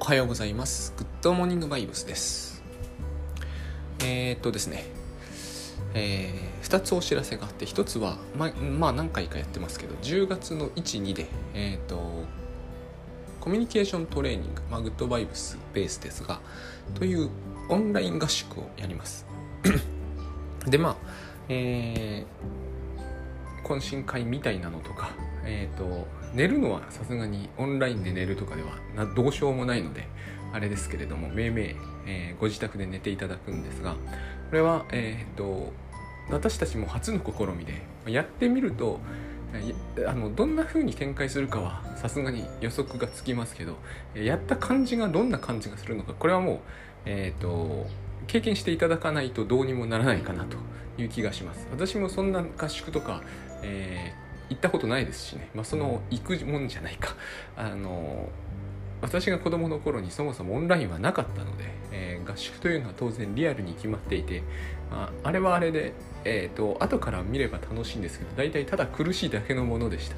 はようございます。グッドモーニングバイブスです。ですね、2つお知らせがあって、1つは、何回かやってますけど、10月の1、2で、コミュニケーショントレーニング、グッドバイブスベースですが、というオンライン合宿をやります。で、懇親会みたいなのとか、寝るのはさすがにオンラインで寝るとかではどうしようもないのであれですけれども、ご自宅で寝ていただくんですが、これは、私たちも初の試みでやってみるとどんな風に展開するかはさすがに予測がつきますけど、やった感じがどんな感じがするのか、これはもう、経験していただかないとどうにもならないかなという気がします。私もそんな合宿とか、行ったことないですしね、行くもんじゃないか私が子供の頃にそもそもオンラインはなかったので、合宿というのは当然リアルに決まっていて、あれはあれで、後から見れば楽しいんですけど、大体ただ苦しいだけのものでした。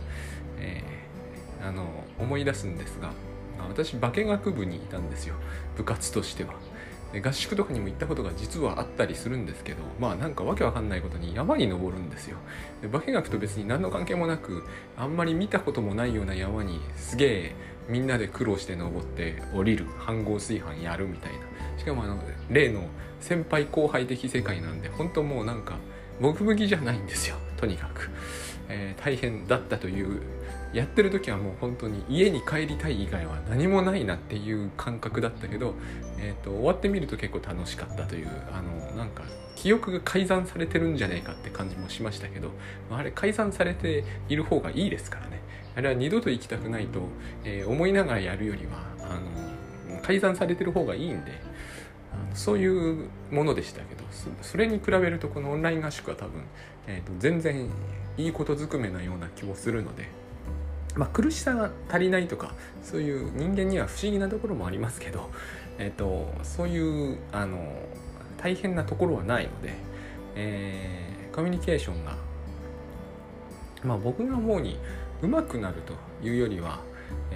思い出すんですが、私化学部にいたんですよ、部活としては。合宿とかにも行ったことが実はあったりするんですけど、なんかわけわかんないことに山に登るんですよ。で、化学と別に何の関係もなく、あんまり見たこともないような山にすげえみんなで苦労して登って降りる、飯合炊飯やるみたいな。しかも例の先輩後輩的世界なんで、本当もうなんか僕向きじゃないんですよ、とにかく。大変だったという、やってる時はもう本当に家に帰りたい以外は何もないなっていう感覚だったけど、終わってみると結構楽しかったという、なんか記憶が改ざんされてるんじゃないかって感じもしましたけど、あれ改ざんされている方がいいですからね。あれは二度と行きたくないと、思いながらやるよりは改ざんされてる方がいいんで、そういうものでしたけど、それに比べるとこのオンライン合宿は多分、全然いいことずくめなような気もするので、苦しさが足りないとか、そういう人間には不思議なところもありますけど、そういう大変なところはないので、コミュニケーションが、僕が思うに上手くなるというよりは、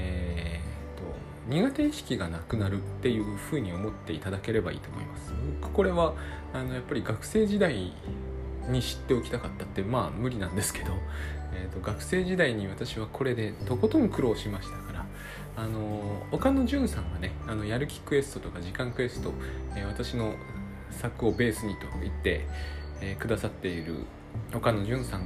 苦手意識がなくなるっていうふうに思っていただければいいと思います。これはやっぱり学生時代に知っておきたかったって、無理なんですけど、学生時代に私はこれでとことん苦労しましたから、岡野純さんがね、やる気クエストとか時間クエスト、私の作をベースにと言って、くださっている岡野純さんが、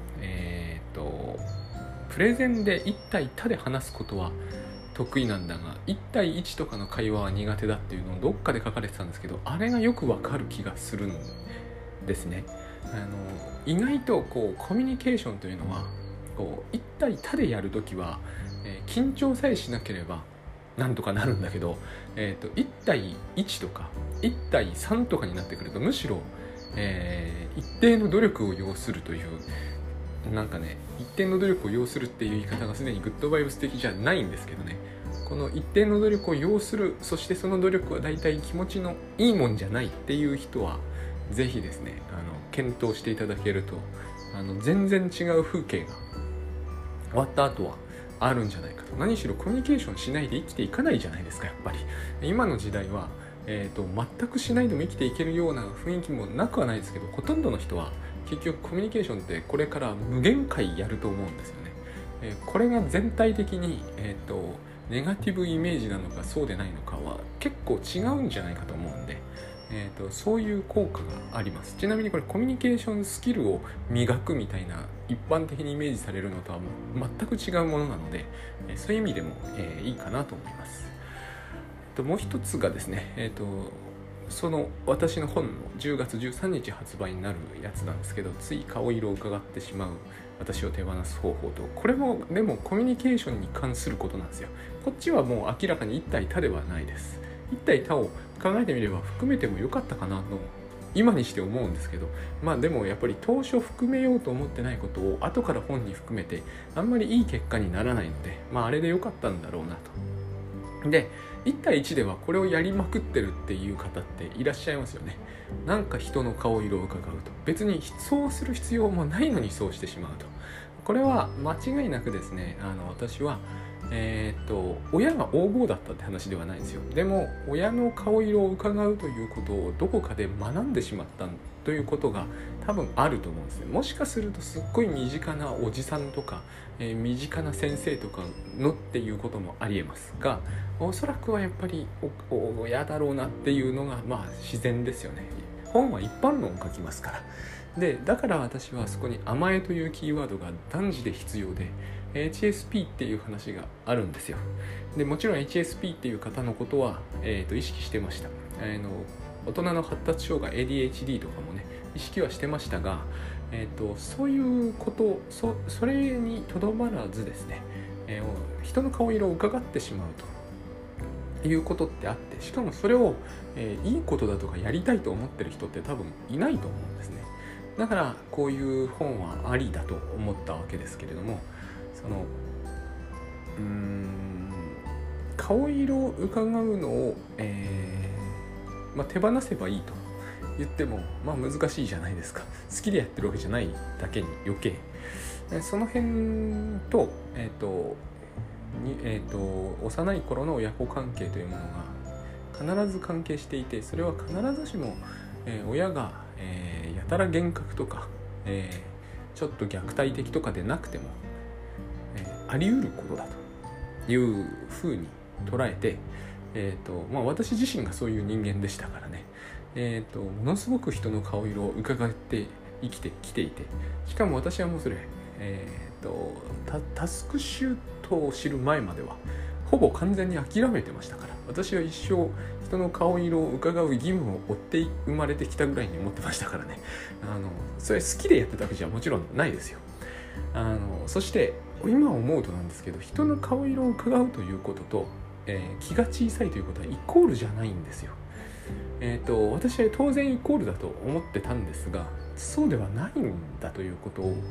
プレゼンで1対他で話すことは得意なんだが1対1とかの会話は苦手だっていうのをどっかで書かれてたんですけど、あれがよくわかる気がするんですね。意外とコミュニケーションというのは1対他でやるときは、緊張さえしなければなんとかなるんだけど、1対1とか1対3とかになってくると、むしろ、一定の努力を要するという、一定の努力を要するっていう言い方がすでにグッドバイブス的じゃないんですけどね、この一定の努力を要する、そしてその努力は大体気持ちのいいもんじゃないっていう人はぜひですね、検討していただけると、全然違う風景が終わった後はあるんじゃないかと。何しろコミュニケーションしないで生きていかないじゃないですか、やっぱり。今の時代は、全くしないでも生きていけるような雰囲気もなくはないですけど、ほとんどの人は結局コミュニケーションってこれから無限回やると思うんですよね。これが全体的に、ネガティブイメージなのかそうでないのかは結構違うんじゃないかと思うんで、そういう効果があります。ちなみにこれコミュニケーションスキルを磨くみたいな一般的にイメージされるのとは全く違うものなので、そういう意味でも、いいかなと思います。もう一つがですね、その私の本の10月13日発売になるやつなんですけど、つい顔色を伺ってしまう私を手放す方法と、これもでもコミュニケーションに関することなんですよ。こっちはもう明らかに一対他ではないです。一対他を考えてみれば含めてもよかったかなと今にして思うんですけど、でもやっぱり当初含めようと思ってないことを後から本に含めてあんまりいい結果にならないので、あれでよかったんだろうなと。で、1対1ではこれをやりまくってるっていう方っていらっしゃいますよね。なんか人の顔色を伺うと、別にそうする必要もないのにそうしてしまうと。これは間違いなくですね、私は親が横暴だったって話ではないんですよ。でも親の顔色を伺うということをどこかで学んでしまったということが多分あると思うんですね。もしかするとすっごい身近なおじさんとか、身近な先生とかのっていうこともありえますが、おそらくはやっぱり親だろうなっていうのが自然ですよね。本は一般論を書きますから。でだから私はそこに甘えというキーワードが断じて必要で、HSP っていう話があるんですよ。でもちろん HSP っていう方のことは、意識してました。大人の発達障害 ADHD とかもね意識はしてましたが、そういうことそれにとどまらずですね、人の顔色を伺ってしまうということってあって、しかもそれを、いいことだとかやりたいと思ってる人って多分いないと思うんですね。だからこういう本はありだと思ったわけですけれども、その顔色を伺うのを、手放せばいいと言っても難しいじゃないですか。好きでやってるわけじゃないだけに余計その辺と、幼い頃の親子関係というものが必ず関係していて、それは必ずしも、親が、やたら厳格とか、ちょっと虐待的とかでなくても、あり得ることだというふうに捉えて、私自身がそういう人間でしたからね、ものすごく人の顔色を伺って生きてきていて、しかも私はもうそれ、タスクシュートを知る前まではほぼ完全に諦めてましたから、私は一生人の顔色を伺う義務を負って生まれてきたぐらいに思ってましたからね。それ好きでやってたわけじゃもちろんないですよ。そして今思うとなんですけど、人の顔色を伺うということと、気が小さいということはイコールじゃないんですよ。私は当然イコールだと思ってたんですが、そうではないんだということを、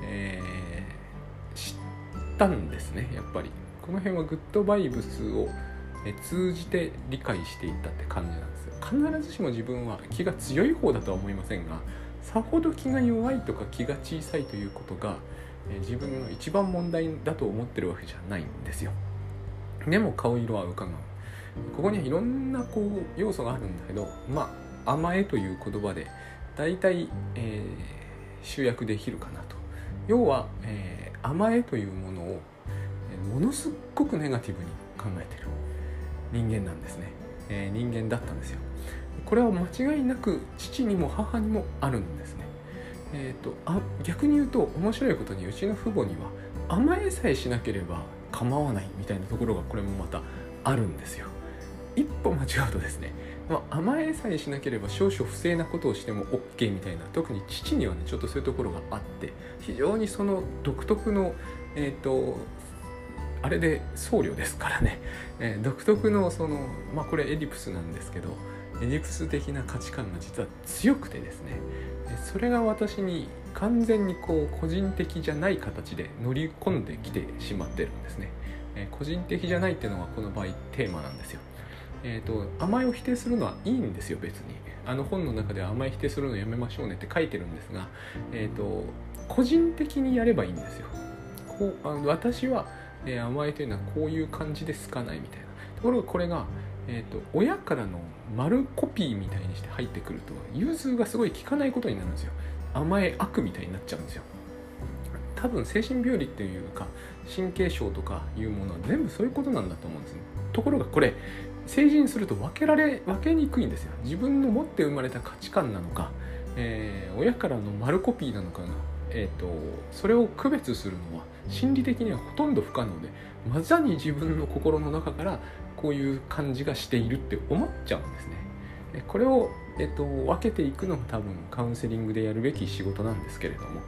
知ったんですね。やっぱりこの辺はグッドバイブスを通じて理解していったって感じなんですよ。必ずしも自分は気が強い方だとは思いませんが、さほど気が弱いとか気が小さいということが自分の一番問題だと思ってるわけじゃないんですよ。でも顔色は伺う。ここにはいろんな要素があるんだけど、甘えという言葉で大体、集約できるかなと。要は、甘えというものをものすごくネガティブに考えている人間なんですね。人間だったんですよ。これは間違いなく父にも母にもあるんですね。逆に言うと面白いことに、うちの父母には甘えさえしなければ構わないみたいなところがこれもまたあるんですよ。一歩間違うとですね、甘えさえしなければ少々不正なことをしても OK みたいな、特に父にはねちょっとそういうところがあって、非常にその独特のあれで僧侶ですからね、独特のそのこれエディプスなんですけど、エディプス的な価値観が実は強くてですね、それが私に完全に個人的じゃない形で乗り込んできてしまってるんですね。個人的じゃないっていうのがこの場合テーマなんですよ。甘えを否定するのはいいんですよ、別に。本の中では甘え否定するのやめましょうねって書いてるんですが、個人的にやればいいんですよ。私は、甘えというのはこういう感じで好かないみたいなところが、これが、親からの丸コピーみたいにして入ってくると融通がすごい効かないことになるんですよ。甘え悪みたいになっちゃうんですよ。多分精神病理っていうか神経症とかいうものは全部そういうことなんだと思うんですね。ところがこれ成人すると分けにくいんですよ。自分の持って生まれた価値観なのか、親からの丸コピーなのかが、それを区別するのは心理的にはほとんど不可能で、まさに自分の心の中からこういう感じがしているって思っちゃうんですね。でこれを、分けていくのが多分カウンセリングでやるべき仕事なんですけれども、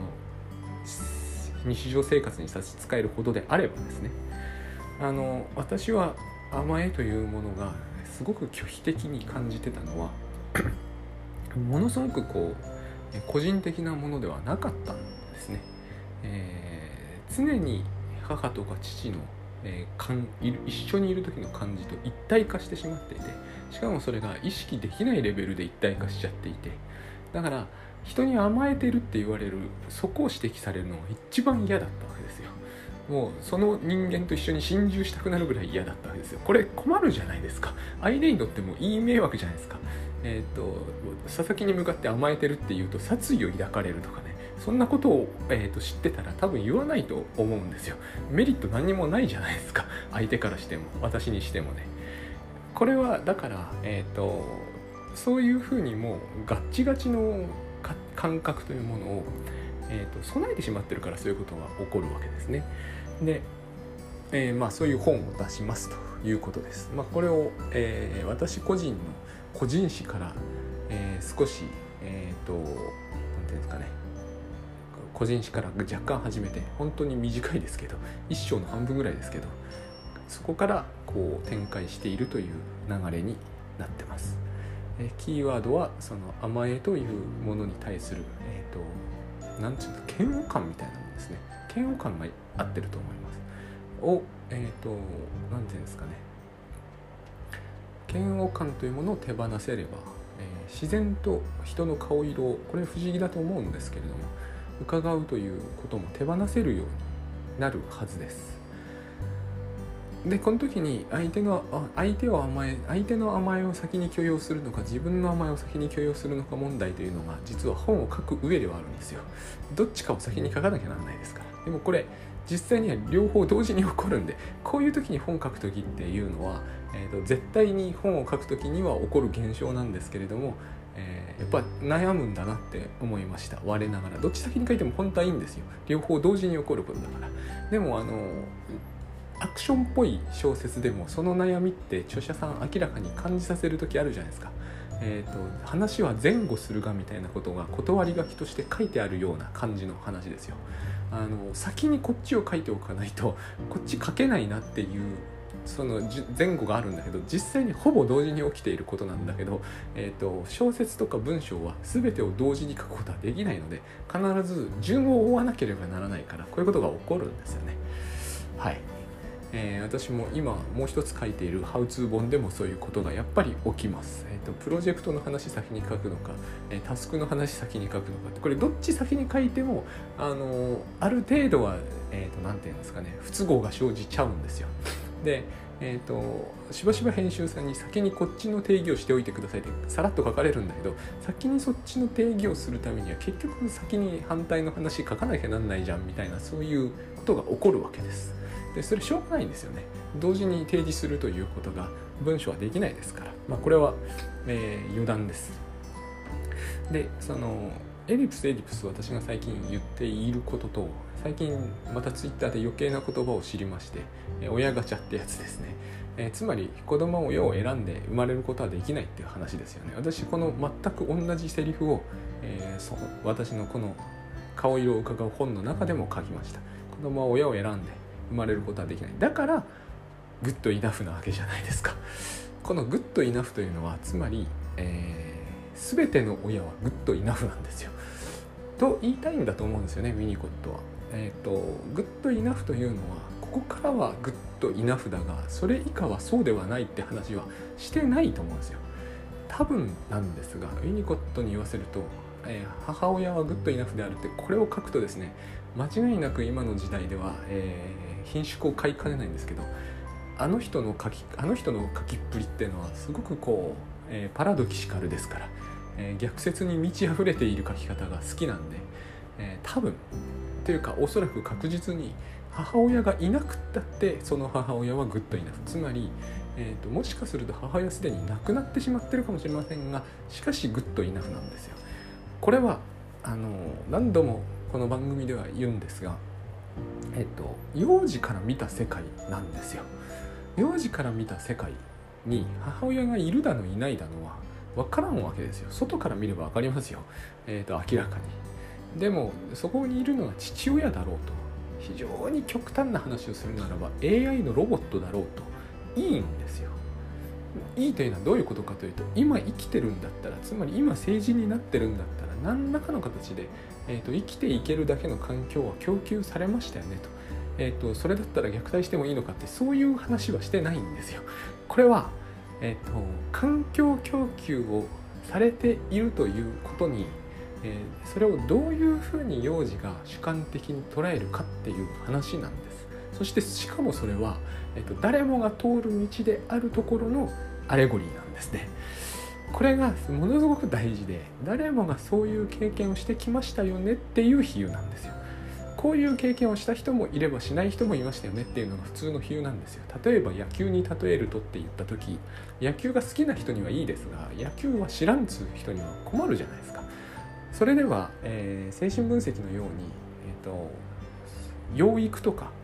日常生活に差し支えるほどであればですね、私は甘えというものがすごく拒否的に感じてたのはものすごく個人的なものではなかったんですね。常に母とか父の、一緒にいる時の感じと一体化してしまっていて、しかもそれが意識できないレベルで一体化しちゃっていて、だから人に甘えてるって言われる、そこを指摘されるのが一番嫌だったわけですよ。 もうその人間と一緒に心中したくなるぐらい嫌だったわけですよ。これ困るじゃないですか。相手にとってもいい迷惑じゃないですか。佐々木に向かって甘えてるっていうと殺意を抱かれるとかね、そんなことを、知ってたら多分言わないと思うんですよ。メリット何にもないじゃないですか、相手からしても私にしてもね。これはだから、そういうふうにもうガッチガチの感覚というものを、備えてしまってるから、そういうことが起こるわけですね。で、そういう本を出しますということです。これを、私個人の個人誌から、少し、なんていうんですかね、個人誌から若干始めて、本当に短いですけど、一章の半分ぐらいですけど、そこからこう展開しているという流れになってます。キーワードはその甘えというものに対する、なんていうの、嫌悪感みたいなものですね。嫌悪感が合ってると思います。なんていうんですかね、嫌悪感というものを手放せれば、自然と人の顔色を、これ不思議だと思うんですけれども、伺うということも手放せるようになるはずです。でこの時に相手の甘えを先に許容するのか、自分の甘えを先に許容するのか問題というのが、実は本を書く上ではあるんですよ。どっちかを先に書かなきゃならないですから。でもこれ実際には両方同時に起こるんで、こういう時に本書く時っていうのは、絶対に本を書く時には起こる現象なんですけれども、やっぱ悩むんだなって思いました。我ながらどっち先に書いても本当はいいんですよ。両方同時に起こることだから。でもアクションっぽい小説でもその悩みって著者さん明らかに感じさせる時あるじゃないですか。話は前後するがみたいなことが断り書きとして書いてあるような感じの話ですよ。先にこっちを書いておかないとこっち書けないなっていうその前後があるんだけど、実際にほぼ同時に起きていることなんだけど、小説とか文章は全てを同時に書くことはできないので、必ず順を追わなければならないから、こういうことが起こるんですよね。はい。私も今もう一つ書いているハウツー本でもそういうことがやっぱり起きます。プロジェクトの話先に書くのか、タスクの話先に書くのかって、これどっち先に書いてもある程度はなんていうんですかね、不都合が生じちゃうんですよ。でしばしば編集さんに先にこっちの定義をしておいてくださいってさらっと書かれるんだけど、先にそっちの定義をするためには結局先に反対の話書かなきゃなんないじゃんみたいな、そういうことが起こるわけです。でそれしょうがないんですよね。同時に提示するということが文章はできないですから、これは、余談です。でそのエリプス私が最近言っていることと、最近またツイッターで余計な言葉を知りまして、親ガチャってやつですね。つまり子供は親を選んで生まれることはできないっていう話ですよね。私この全く同じセリフを、私のこの顔色を伺う本の中でも書きました。子供は親を選んで生まれることはできない。だからグッドイナフなわけじゃないですか。このグッドイナフというのはつまり、全ての親はグッドイナフなんですよと言いたいんだと思うんですよね、ウィニコットは。グッドイナフというのは、ここからはグッドイナフだがそれ以下はそうではないって話はしてないと思うんですよ。多分なんですが、ウィニコットに言わせると、母親はグッドイナフであるって、これを書くとですね、間違いなく今の時代では、品種を買いかねないんですけど、あの人の書きっぷりっていうのはすごくこう、パラドキシカルですから、逆説に満ち溢れている書き方が好きなんで、多分というかおそらく確実に母親がいなくったってその母親はグッドイナフ、つまり、もしかすると母親すでに亡くなってしまってるかもしれませんが、しかしグッドイナフなんですよ。これは何度もこの番組では言うんですが、幼児から見た世界なんですよ。幼児から見た世界に母親がいるだのいないだのは分からんわけですよ。外から見れば分かりますよ、明らかに。でもそこにいるのは父親だろうと、非常に極端な話をするならば AI のロボットだろうといいんですよ。いいというのはどういうことかというと、今生きてるんだったら、つまり今成人になってるんだったら、何らかの形で、生きていけるだけの環境は供給されましたよねと。それだったら虐待してもいいのかって、そういう話はしてないんですよ。これは、環境供給をされているということに、それをどういうふうに幼児が主観的に捉えるかっていう話なんです。 そしてしかもそれは、誰もが通る道であるところのアレゴリーなんですね。これがものすごく大事で、誰もがそういう経験をしてきましたよねっていう比喩なんですよ。こういう経験をした人もいればしない人もいましたよねっていうのが普通の比喩なんですよ。例えば野球に例えるとって言った時、野球が好きな人にはいいですが、野球は知らんつう人には困るじゃないですか。それでは、精神分析のように、養育とか、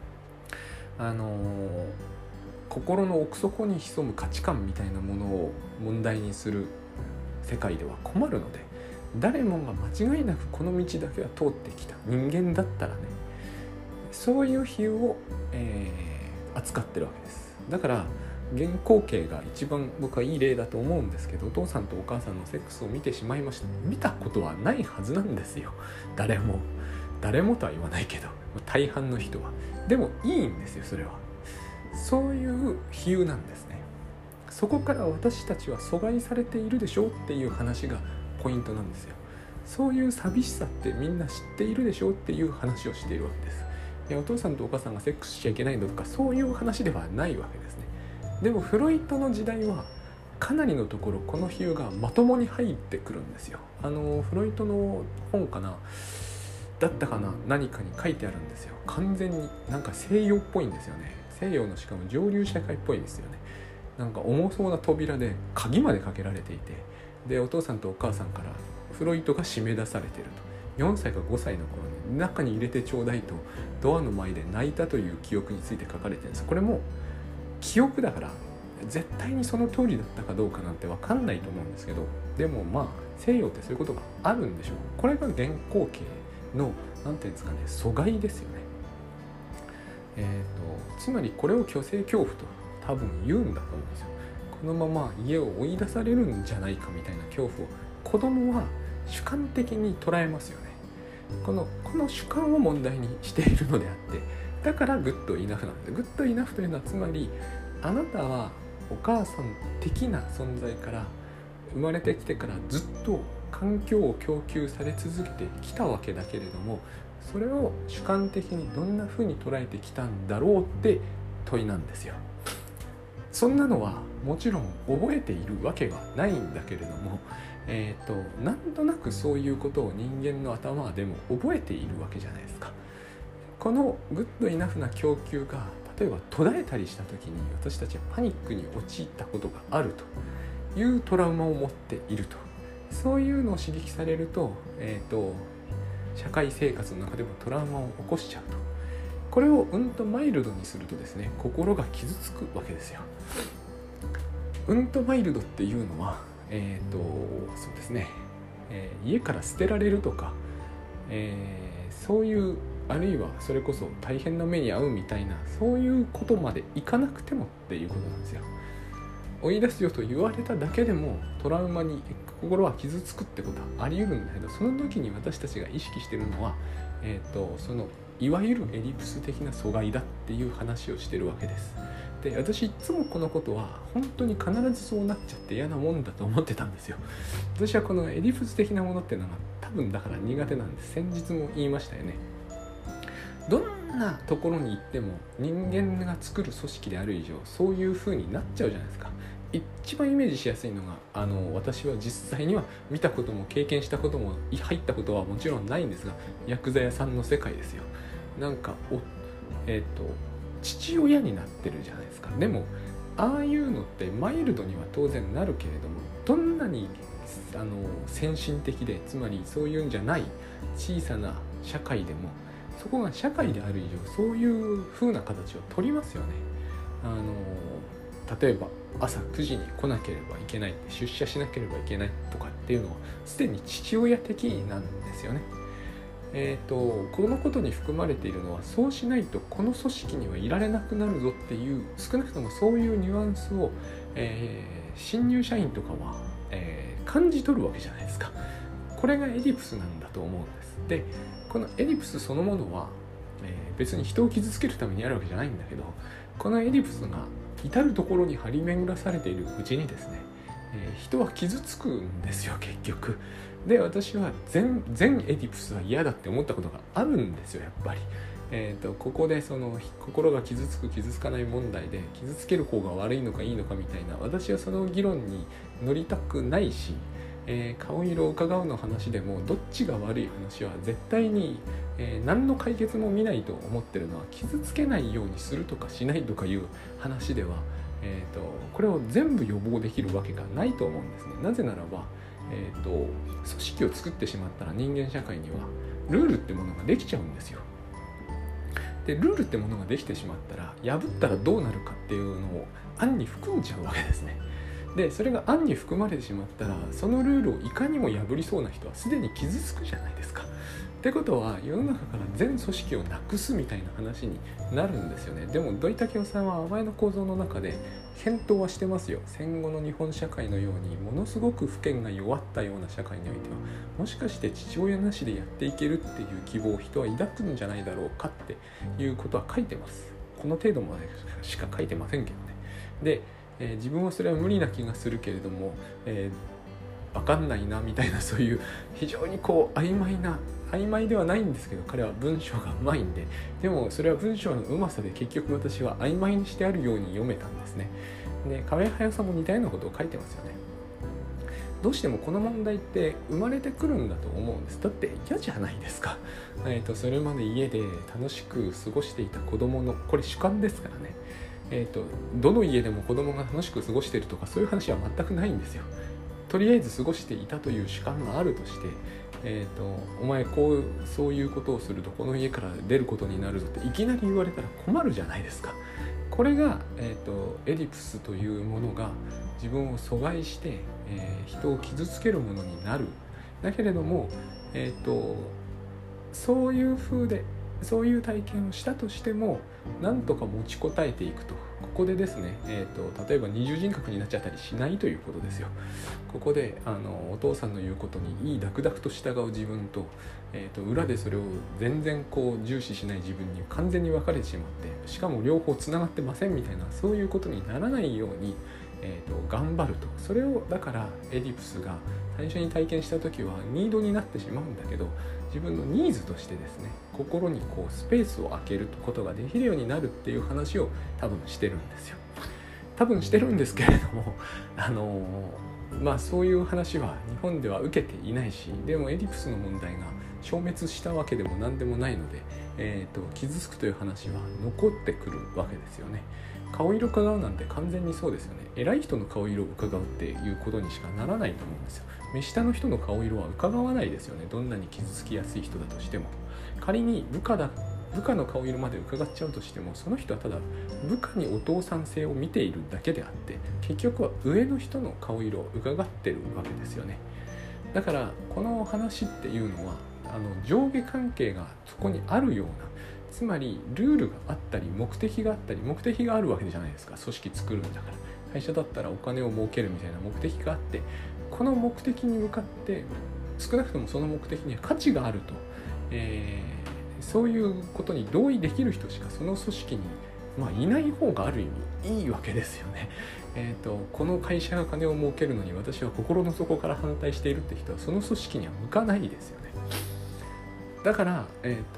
心の奥底に潜む価値観みたいなものを問題にする世界では困るので、誰もが間違いなくこの道だけは通ってきた人間だったらね、そういう比喩を、扱ってるわけです。だから原光景が一番僕はいい例だと思うんですけど、お父さんとお母さんのセックスを見てしまいました。見たことはないはずなんですよ。誰もとは言わないけど、大半の人は。でもいいんですよ、それは。そういう比喩なんですね。そこから私たちは阻害されているでしょうっていう話がポイントなんですよ。そういう寂しさってみんな知っているでしょうっていう話をしているわけです。お父さんとお母さんがセックスしちゃいけないのとか、そういう話ではないわけですね。でもフロイトの時代はかなりのところこの比喩がまともに入ってくるんですよ。フロイトの本かなだったかな、何かに書いてあるんですよ。完全になんか西洋っぽいんですよね。西洋のしかも上流社会っぽいですよね。なんか重そうな扉で鍵までかけられていて、でお父さんとお母さんからフロイトが締め出されていると。4歳か5歳の頃に中に入れてちょうだいとドアの前で泣いたという記憶について書かれてるんです。これも記憶だから絶対にその通りだったかどうかなんて分かんないと思うんですけど、でもまあ西洋ってそういうことがあるんでしょう。これが原光景のなんていうんですかね、阻害ですよね。つまりこれを虚勢恐怖と多分言うんだと思うんですよ。このまま家を追い出されるんじゃないかみたいな恐怖を子供は主観的に捉えますよね。この主観を問題にしているのであって、だからグッドイナフなんです。グッドイナフというのはつまりあなたはお母さん的な存在から生まれてきてからずっと環境を供給され続けてきたわけだけれども、それを主観的にどんな風に捉えてきたんだろうって問いなんですよ。そんなのはもちろん覚えているわけはないんだけれども、なんとなくそういうことを人間の頭でも覚えているわけじゃないですか。このグッドイナフな供給が例えば途絶えたりした時に私たちはパニックに陥ったことがあるというトラウマを持っていると。そういうのを刺激されると、社会生活の中でもトラウマを起こしちゃうと。これをマイルドにするとですね、心が傷つくわけですよ。マイルドっていうのは、そうですね、家から捨てられるとか、そういうあるいはそれこそ大変な目に遭うみたいな、そういうことまでいかなくてもっていうことなんですよ。追い出すよと言われただけでもトラウマに心は傷つくってことはあり得るんだけど、その時に私たちが意識しているのは、そのいわゆるエリプス的な阻害だっていう話をしてるわけです。で、私いつもこのことは本当に必ずそうなっちゃって嫌なもんだと思ってたんですよ。私はこのエリプス的なものっていうのが多分だから苦手なんです。先日も言いましたよね。どんなところに行っても人間が作る組織である以上そういう風になっちゃうじゃないですか。一番イメージしやすいのが私は実際には見たことも経験したことも入ったことはもちろんないんですが、ヤクザ屋さんの世界ですよ。なんか父親になってるじゃないですか。でもああいうのってマイルドには当然なるけれども、どんなに先進的で、つまりそういうんじゃない小さな社会でも、そこが社会である以上そういう風な形を取りますよね。例えば朝9時に来なければいけない、出社しなければいけないとかっていうのはすでに父親的なんですよね。このことに含まれているのは、そうしないとこの組織にはいられなくなるぞっていう、少なくともそういうニュアンスを、新入社員とかは、感じ取るわけじゃないですか。これがエディプスなんだと思うんです。で、このエディプスそのものは、別に人を傷つけるためにあるわけじゃないんだけど、このエディプスが至るところに張り巡らされているうちにですね、人は傷つくんですよ、結局。で、私は全エディプスは嫌だって思ったことがあるんですよ、やっぱり。 ここでその心が傷つく傷つかない問題で傷つける方が悪いのかいいのかみたいな、私はその議論に乗りたくないし、顔色を伺うの話でもどっちが悪い話は絶対に、何の解決も見ないと思ってるのは、傷つけないようにするとかしないとかいう話では、これを全部予防できるわけがないと思うんですね。なぜならば、組織を作ってしまったら人間社会にはルールってものができちゃうんですよ。でルールってものができてしまったら、破ったらどうなるかっていうのを案に含んじゃうわけですね。でそれが案に含まれてしまったら、そのルールをいかにも破りそうな人はすでに傷つくじゃないですか。ってことは世の中から全組織をなくすみたいな話になるんですよね。でも土井武雄さんは甘えの構造の中で検討はしてますよ。戦後の日本社会のようにものすごく父権が弱ったような社会においては、もしかして父親なしでやっていけるっていう希望を人は抱くんじゃないだろうかっていうことは書いてます。この程度までしか書いてませんけどね。で、自分はそれは無理な気がするけれども、分かんないなみたいな、そういう非常にこう曖昧ではないんですけど、彼は文章がうまいんで、でもそれは文章のうまさで結局私は曖昧にしてあるように読めたんですね。で河合隼さんも似たようなことを書いてますよね。どうしてもこの問題って生まれてくるんだと思うんです。だって嫌じゃないですか。それまで家で楽しく過ごしていた子供の、これ主観ですからね。どの家でも子供が楽しく過ごしているとかそういう話は全くないんですよ。とりあえず過ごしていたという主観があるとして、お前そういうことをするとこの家から出ることになるぞっていきなり言われたら困るじゃないですか。これが、エディプスというものが自分を阻害して、人を傷つけるものになる。だけれども、そういう体験をしたとしてもなんとか持ちこたえていくと、ここでですね、例えば二重人格になっちゃったりしないということですよ。ここでお父さんの言うことにいいダクダクと従う自分と、裏でそれを全然こう重視しない自分に完全に分かれてしまって、しかも両方つながってませんみたいな、そういうことにならないように、頑張ると。それをだからエディプスが最初に体験した時はニードになってしまうんだけど、自分のニーズとしてですね、心にこうスペースを空けることができるようになるっていう話を多分してるんですよ。多分してるんですけれども、そういう話は日本では受けていないし、でもエディプスの問題が消滅したわけでも何でもないので、傷つくという話は残ってくるわけですよね。顔色伺うなんて完全にそうですよね。偉い人の顔色を伺うっていうことにしかならないと思うんですよ。目下の人の顔色は伺わないですよね。どんなに傷つきやすい人だとしても。仮に部下の顔色まで伺っちゃうとしても、その人はただ部下にお父さん性を見ているだけであって、結局は上の人の顔色を伺ってるわけですよね。だからこの話っていうのは上下関係がそこにあるような、つまりルールがあったり目的があったり、目的があるわけじゃないですか。組織作るんだから、会社だったらお金を儲けるみたいな目的があって、この目的に向かって少なくともその目的には価値があると、そういうことに同意できる人しかその組織に、いない方がある意味いいわけですよね。この会社が金を儲けるのに私は心の底から反対しているって人はその組織には向かないですよね。だから、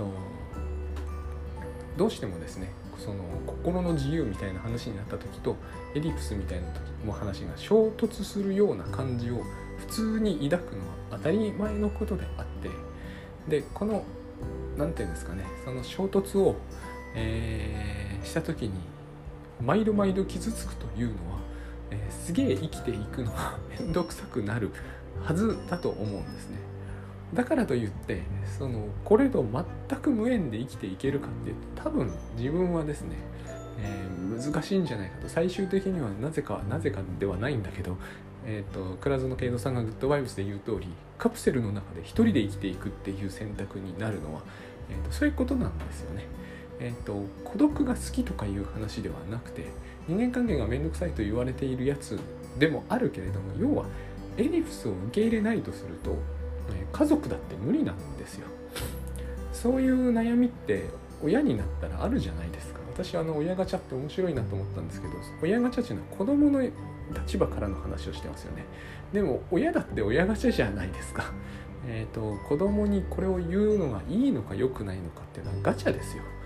どうしてもですね、その心の自由みたいな話になった時とエディプスみたいな時の話が衝突するような感じを普通に抱くのは当たり前のことであって、でこのなんていうんですかね、その衝突を、した時に毎度毎度傷つくというのは、すげえ生きていくのがめんどくさくなるはずだと思うんですね。だからといってこれと全く無縁で生きていけるかっていうと、多分自分はですね、難しいんじゃないかと。最終的にはなぜかではないんだけど、倉園慶三さんがグッドバイブスで言う通り、カプセルの中で一人で生きていくっていう選択になるのは、そういうことなんですよね。孤独が好きとかいう話ではなくて、人間関係がめんどくさいと言われているやつでもあるけれども、要はエディプスを受け入れないとすると家族だって無理なんですよ。そういう悩みって親になったらあるじゃないですか。私親ガチャって面白いなと思ったんですけど、親ガチャっていうのは子供の立場からの話をしてますよね。でも親だって親ガチャじゃないですか。子供にこれを言うのがいいのか良くないのかっていうのはガチャですよ。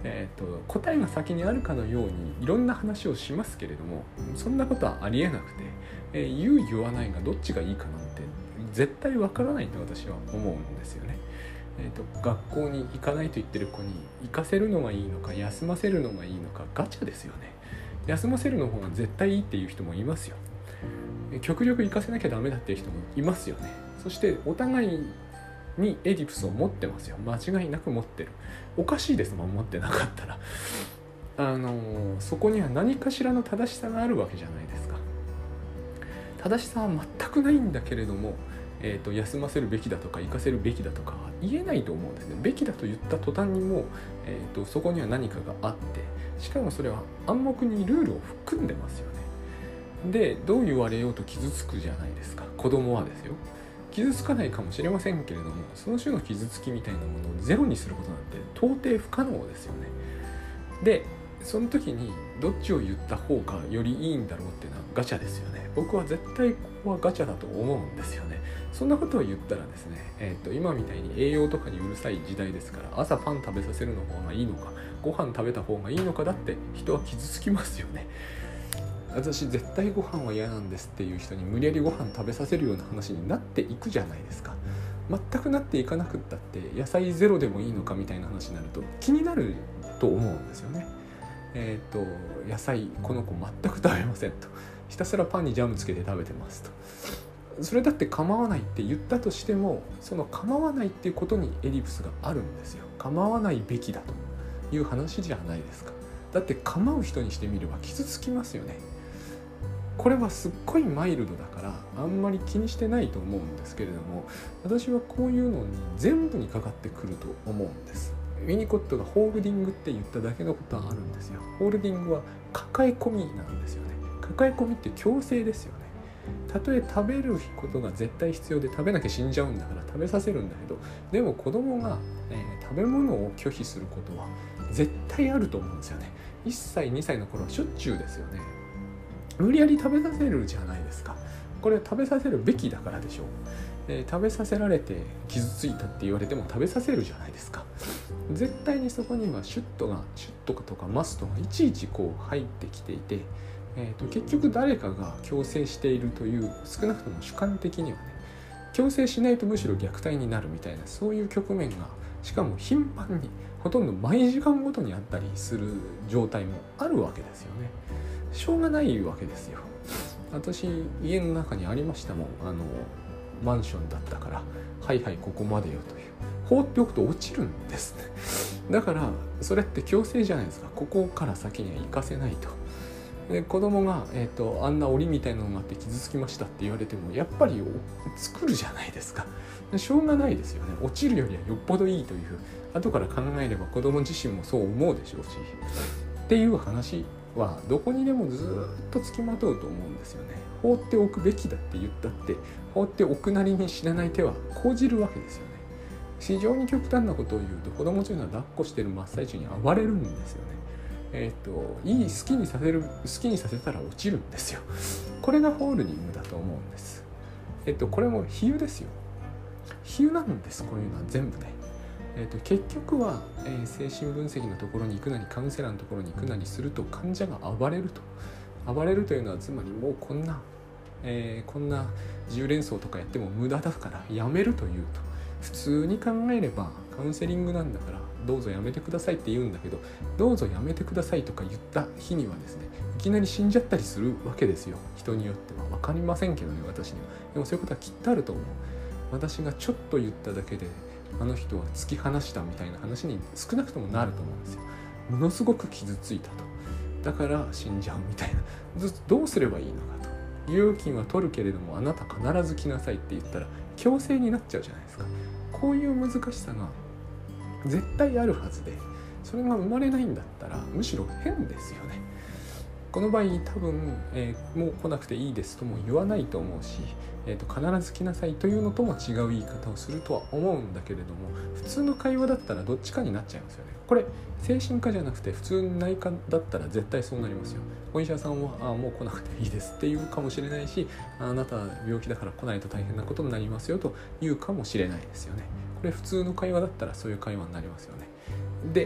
答えが先にあるかのようにいろんな話をしますけれども、そんなことはありえなくて、言う言わないがどっちがいいかなんて絶対わからないと私は思うんですよね。学校に行かないと言ってる子に行かせるのがいいのか休ませるのがいいのかガチャですよね。休ませるの方が絶対いいっていう人もいますよ。極力行かせなきゃダメだっていう人もいますよね。そしてお互いにエディプスを持ってますよ。間違いなく持ってる。おかしいですもん、持ってなかったら。そこには何かしらの正しさがあるわけじゃないですか。正しさは全くないんだけれども、休ませるべきだとか行かせるべきだとか言えないと思うんですね。べきだと言った途端にもう、そこには何かがあって、しかもそれは暗黙にルールを含んでますよね。で、どう言われようと傷つくじゃないですか。子供はですよ。傷つかないかもしれませんけれども、その種の傷つきみたいなものをゼロにすることなんて到底不可能ですよね。で、その時にどっちを言った方がよりいいんだろうっていうのはガチャですよね。僕は絶対ここはガチャだと思うんですよね。そんなことを言ったらですね、今みたいに栄養とかにうるさい時代ですから、朝パン食べさせるの方がいいのか、ご飯食べた方がいいのかだって人は傷つきますよね。私絶対ご飯は嫌なんですっていう人に無理やりご飯食べさせるような話になっていくじゃないですか。全くなっていかなくったって野菜ゼロでもいいのかみたいな話になると気になると思うんですよね。野菜この子全く食べませんと、ひたすらパンにジャムつけて食べてますと。それだって構わないって言ったとしても、その構わないっていうことにエディプスがあるんですよ。構わないべきだという話じゃないですか。だって構う人にしてみれば傷つきますよね。これはすっごいマイルドだからあんまり気にしてないと思うんですけれども、私はこういうのに全部にかかってくると思うんです。ウィニコットがホールディングって言っただけのことはあるんですよ。ホールディングは抱え込みなんですよね。抱え込みって強制ですよね。たとえ食べることが絶対必要で食べなきゃ死んじゃうんだから食べさせるんだけど、でも子供が、食べ物を拒否することは絶対あると思うんですよね。1歳2歳の頃はしょっちゅうですよね。無理やり食べさせるじゃないですか。これ食べさせるべきだからでしょう。食べさせられて傷ついたって言われても食べさせるじゃないですか。絶対にそこにはシュットとかマストがいちいちこう入ってきていて、結局誰かが強制しているという、少なくとも主観的にはね、強制しないとむしろ虐待になるみたいな、そういう局面がしかも頻繁にほとんど毎時間ごとにあったりする状態もあるわけですよね。しょうがないわけですよ。私家の中にありましたもん。マンションだったからはいここまでよという、放っておくと落ちるんですね。だからそれって強制じゃないですか。ここから先には行かせないと。で子供が、あんな檻みたいなのがあって傷つきましたって言われてもやっぱり作るじゃないですか。しょうがないですよね。落ちるよりはよっぽどいいという、後から考えれば子供自身もそう思うでしょうしっていう話はどこにでもずっとつきまとうと思うんですよね。放っておくべきだって言ったって放っておくなりに知らない手は講じるわけですよね。非常に極端なことを言うと、子供というのは抱っこしてる真っ最中に暴れるんですよね。好きにさせたら落ちるんですよ。これがホールディングだと思うんです。これも比喩ですよ。比喩なんです。こういうのは全部ね。結局は、精神分析のところに行くなりカウンセラーのところに行くなりすると患者が暴れるというのは、つまりもうこんな自由連想とかやっても無駄だからやめるというと、普通に考えればカウンセリングなんだからどうぞやめてくださいって言うんだけど、どうぞやめてくださいとか言った日にはですね、いきなり死んじゃったりするわけですよ。人によっては分かりませんけどね、私には。でもそういうことはきっとあると思う。私がちょっと言っただけであの人は突き放したみたいな話に少なくともなると思うんですよ。ものすごく傷ついたと、だから死んじゃうみたいな。どうすればいいのかと。料金は取るけれどもあなた必ず来なさいって言ったら強制になっちゃうじゃないですか。こういう難しさが絶対あるはずで、それが生まれないんだったらむしろ変ですよね。この場合多分、もう来なくていいですとも言わないと思うし、必ず来なさいというのとも違う言い方をするとは思うんだけれども、普通の会話だったらどっちかになっちゃいますよね。これ精神科じゃなくて普通の内科だったら絶対そうなりますよ。お医者さんはもう来なくていいですって言うかもしれないし、あなたは病気だから来ないと大変なことになりますよと言うかもしれないですよね。これ普通の会話だったらそういう会話になりますよね。で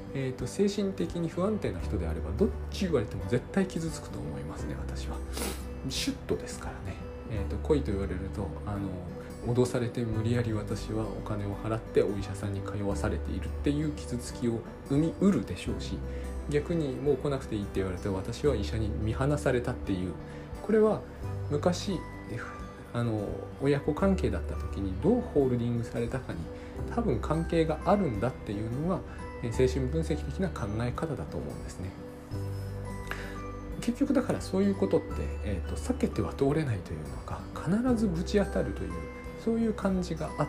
精神的に不安定な人であればどっち言われても絶対傷つくと思いますね。私はシュッとですからね、恋と言われると脅されて無理やり私はお金を払ってお医者さんに通わされているっていう傷つきを生みうるでしょうし、逆にもう来なくていいって言われて私は医者に見放されたっていう、これは昔親子関係だった時にどうホールディングされたかに多分関係があるんだっていうのが精神分析的な考え方だと思うんですね。結局だからそういうことって、避けては通れないというのが必ずぶち当たるというそういう感じがあって、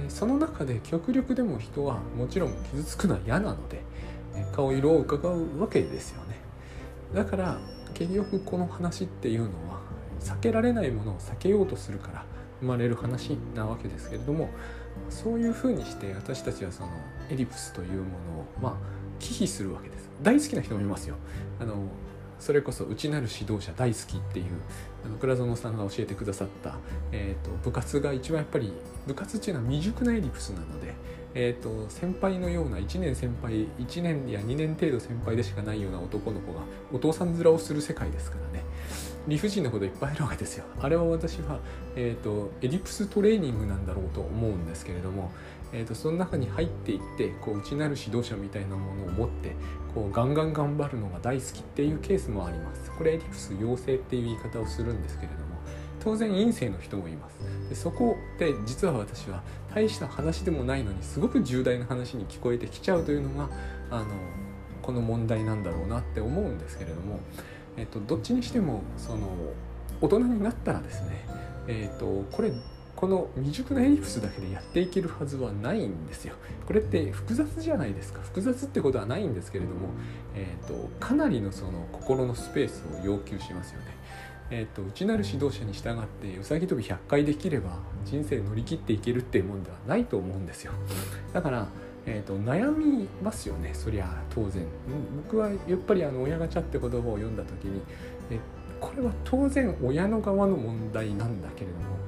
その中で極力でも人はもちろん傷つくのは嫌なので顔色を伺うわけですよね。だから結局この話っていうのは避けられないものを避けようとするから生まれる話なわけですけれども、そういうふうにして私たちはそのエディプスというものを忌避するわけです。大好きな人もいますよ。それこそ内なる指導者大好きっていう倉園さんが教えてくださった、部活が一番やっぱり部活っていうのは未熟なエディプスなので、先輩のような1年先輩1年や2年程度先輩でしかないような男の子がお父さん面をする世界ですからね。理不尽なこといっぱいあるわけですよ。あれは私は、エディプストレーニングなんだろうと思うんですけれども、その中に入っていって内なる指導者みたいなものを持ってガンガン頑張るのが大好きっていうケースもあります。これエディプス陽性っていう言い方をするんですけれども、当然陰性の人もいます。でそこで実は私は大した話でもないのにすごく重大な話に聞こえてきちゃうというのがこの問題なんだろうなって思うんですけれども、どっちにしても大人になったらですね、この未熟なエディプスだけでやっていけるはずはないんですよ。これって複雑じゃないですか。複雑ってことはないんですけれども、かなりの心のスペースを要求しますよね。内なる指導者に従ってうさぎ跳び100回できれば人生乗り切っていけるっていうもんではないと思うんですよ。だから、悩みますよね。そりゃ当然。僕はやっぱり親ガチャって言葉を読んだ時に、これは当然親の側の問題なんだけれども、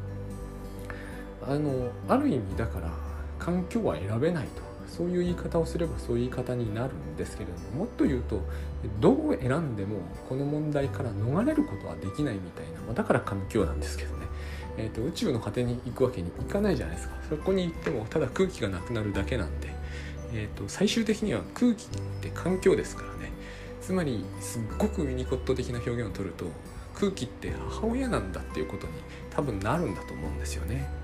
ある意味だから環境は選べないと、そういう言い方をすればそういう言い方になるんですけれども、もっと言うとどう選んでもこの問題から逃れることはできないみたいな、だから環境なんですけどね。宇宙の果てに行くわけにいかないじゃないですか。そこに行ってもただ空気がなくなるだけなんで、最終的には空気って環境ですからね。つまりすっごくウィニコット的な表現を取ると空気って母親なんだっていうことに多分なるんだと思うんですよね。